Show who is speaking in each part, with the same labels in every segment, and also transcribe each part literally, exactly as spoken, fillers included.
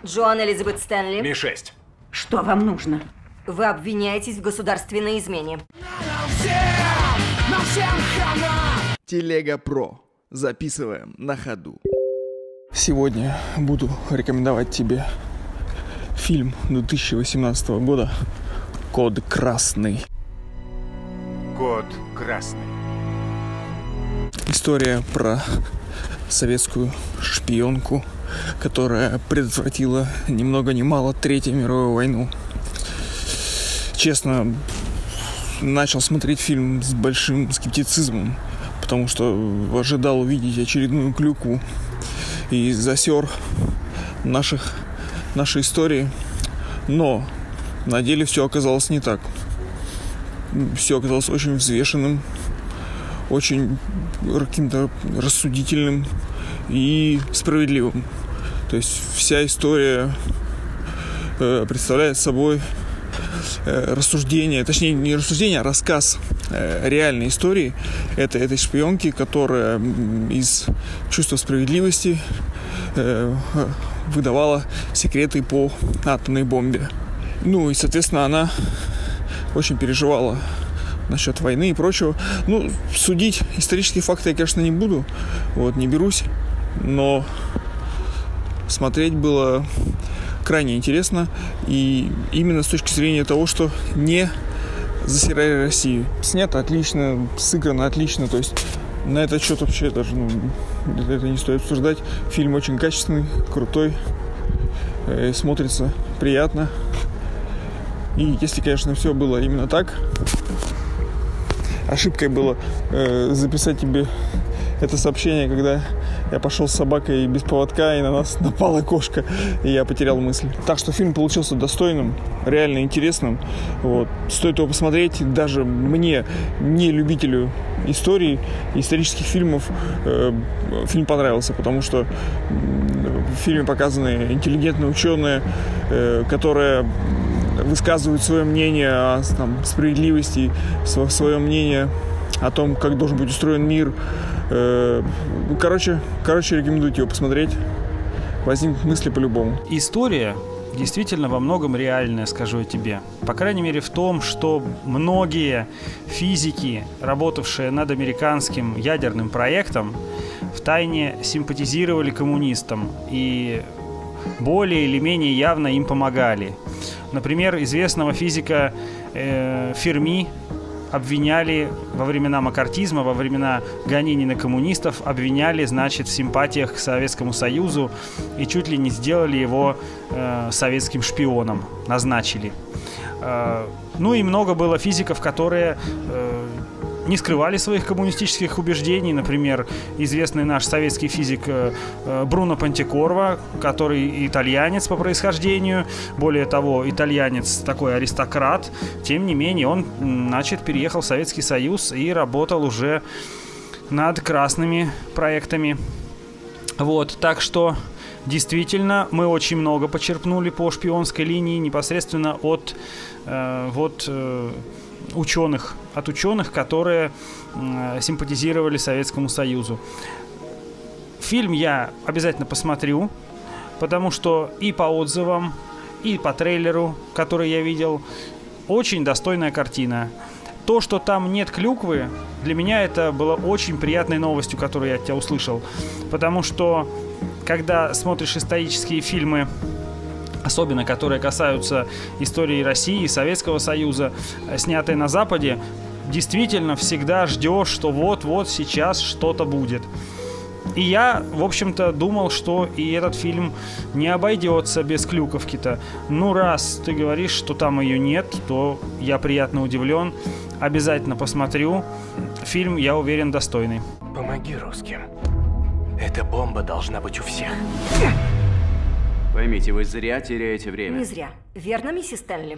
Speaker 1: Джоан Элизабет Стэнли.
Speaker 2: Ми шесть.
Speaker 3: Что вам нужно?
Speaker 1: Вы обвиняетесь в государственной измене.
Speaker 4: Телега Про. Записываем на ходу.
Speaker 5: Сегодня буду рекомендовать тебе фильм две тысячи восемнадцатого года «Код красный».
Speaker 2: Код красный.
Speaker 5: История про советскую шпионку, которая предотвратила ни много ни мало Третью мировую войну. Честно, начал смотреть фильм с большим скептицизмом, потому что ожидал увидеть очередную клюкву и засер наших, нашей истории. Но на деле все оказалось не так. Все оказалось очень взвешенным, очень каким-то рассудительным и справедливым. То есть вся история э, представляет собой э, рассуждение, точнее не рассуждение, а рассказ э, реальной истории этой, этой шпионки, которая из чувства справедливости э, выдавала секреты по атомной бомбе. Ну и, соответственно, она очень переживала насчет войны и прочего. Ну, судить исторические факты я, конечно, не буду. Вот, не берусь. Но смотреть было крайне интересно. И именно с точки зрения того, что не засирали Россию. Снято отлично, сыграно отлично. То есть на этот счет вообще даже ну, это не стоит обсуждать. Фильм очень качественный, крутой. Э, смотрится приятно. И если, конечно, все было именно так, ошибкой было э, записать тебе это сообщение, когда я пошел с собакой без поводка, и на нас напала кошка, и я потерял мысль. Так что фильм получился достойным, реально интересным. Вот. Стоит его посмотреть. Даже мне, не любителю истории, исторических фильмов, э, фильм понравился, потому что в фильме показаны интеллигентные ученые, э, которые высказывают свое мнение о там, справедливости, свое мнение о том, как должен быть устроен мир. Короче, короче, рекомендуйте его посмотреть. Возникнут мысли по-любому.
Speaker 6: История действительно во многом реальная, скажу я тебе. По крайней мере в том, что многие физики, работавшие над американским ядерным проектом, втайне симпатизировали коммунистам и более или менее явно им помогали. Например, известного физика э, Ферми обвиняли во времена маккартизма, во времена гонений на коммунистов, обвиняли, значит, в симпатиях к Советскому Союзу и чуть ли не сделали его э, советским шпионом, назначили. Э, ну и много было физиков, которые э, не скрывали своих коммунистических убеждений. Например, известный наш советский физик Бруно Понтекорво, который итальянец по происхождению. Более того, итальянец такой аристократ. Тем не менее, он, значит, переехал в Советский Союз и работал уже над красными проектами. Вот, так что действительно мы очень много почерпнули по шпионской линии непосредственно от э, вот э, ученых, от ученых, которые э, симпатизировали Советскому Союзу. Фильм я обязательно посмотрю, потому что и по отзывам, и по трейлеру, который я видел, очень достойная картина. То, что там нет клюквы, для меня это было очень приятной новостью, которую я от тебя услышал. Потому что, когда смотришь исторические фильмы, особенно которые касаются истории России и Советского Союза, снятые на Западе, действительно всегда ждешь, что вот-вот сейчас что-то будет. И я, в общем-то, думал, что и этот фильм не обойдется без клюковки-то. Ну, раз ты говоришь, что там ее нет, то я приятно удивлен. Обязательно посмотрю. Фильм, я уверен, достойный.
Speaker 2: Помоги русским. Эта бомба должна быть у всех.
Speaker 7: Поймите, вы зря теряете время.
Speaker 1: Не зря. Верно, миссис Стэнли?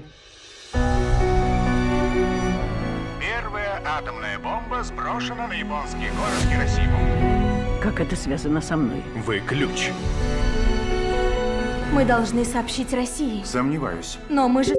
Speaker 2: Первая атомная бомба сброшена на японский город Хиросиму.
Speaker 3: Как это связано со мной?
Speaker 2: Вы ключ.
Speaker 8: Мы должны сообщить России.
Speaker 2: Сомневаюсь.
Speaker 8: Но мы же...